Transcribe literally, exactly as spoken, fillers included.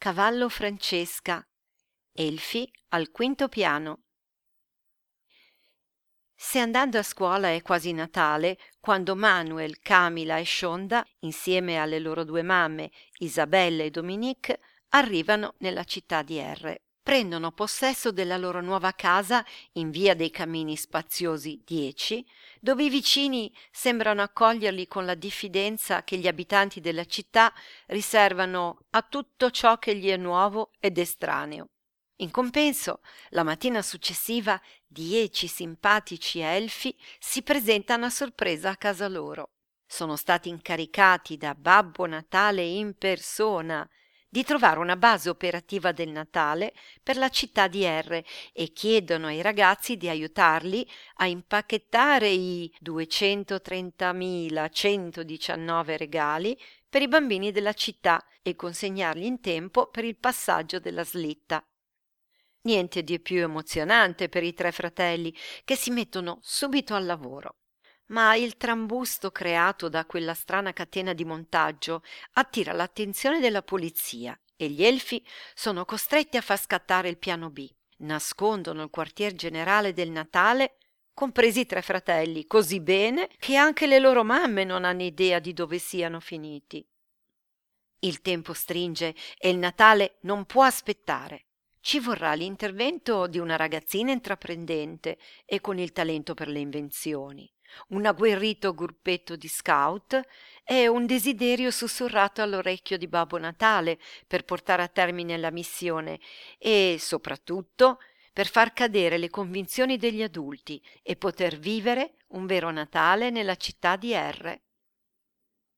Cavallo Francesca, Elfi al quinto piano. Se andando a scuola è quasi Natale, quando Manuel, Camila e Scionda, insieme alle loro due mamme, Isabella e Dominique, arrivano nella città di R. Prendono possesso della loro nuova casa in via dei Camini Spaziosi dieci, dove i vicini sembrano accoglierli con la diffidenza che gli abitanti della città riservano a tutto ciò che gli è nuovo ed estraneo. In compenso, la mattina successiva dieci simpatici elfi si presentano a sorpresa a casa loro. Sono stati incaricati da Babbo Natale in persona di trovare una base operativa del Natale per la città di R e chiedono ai ragazzi di aiutarli a impacchettare i duecentotrentamilacentodiciannove regali per i bambini della città e consegnarli in tempo per il passaggio della slitta. Niente di più emozionante per i tre fratelli, che si mettono subito al lavoro. Ma il trambusto creato da quella strana catena di montaggio attira l'attenzione della polizia e gli elfi sono costretti a far scattare il piano B. Nascondono il quartier generale del Natale, compresi i tre fratelli, così bene che anche le loro mamme non hanno idea di dove siano finiti. Il tempo stringe e il Natale non può aspettare. Ci vorrà l'intervento di una ragazzina intraprendente e con il talento per le invenzioni, un agguerrito gruppetto di scout e un desiderio sussurrato all'orecchio di Babbo Natale per portare a termine la missione e, soprattutto, per far cadere le convinzioni degli adulti e poter vivere un vero Natale nella città di R.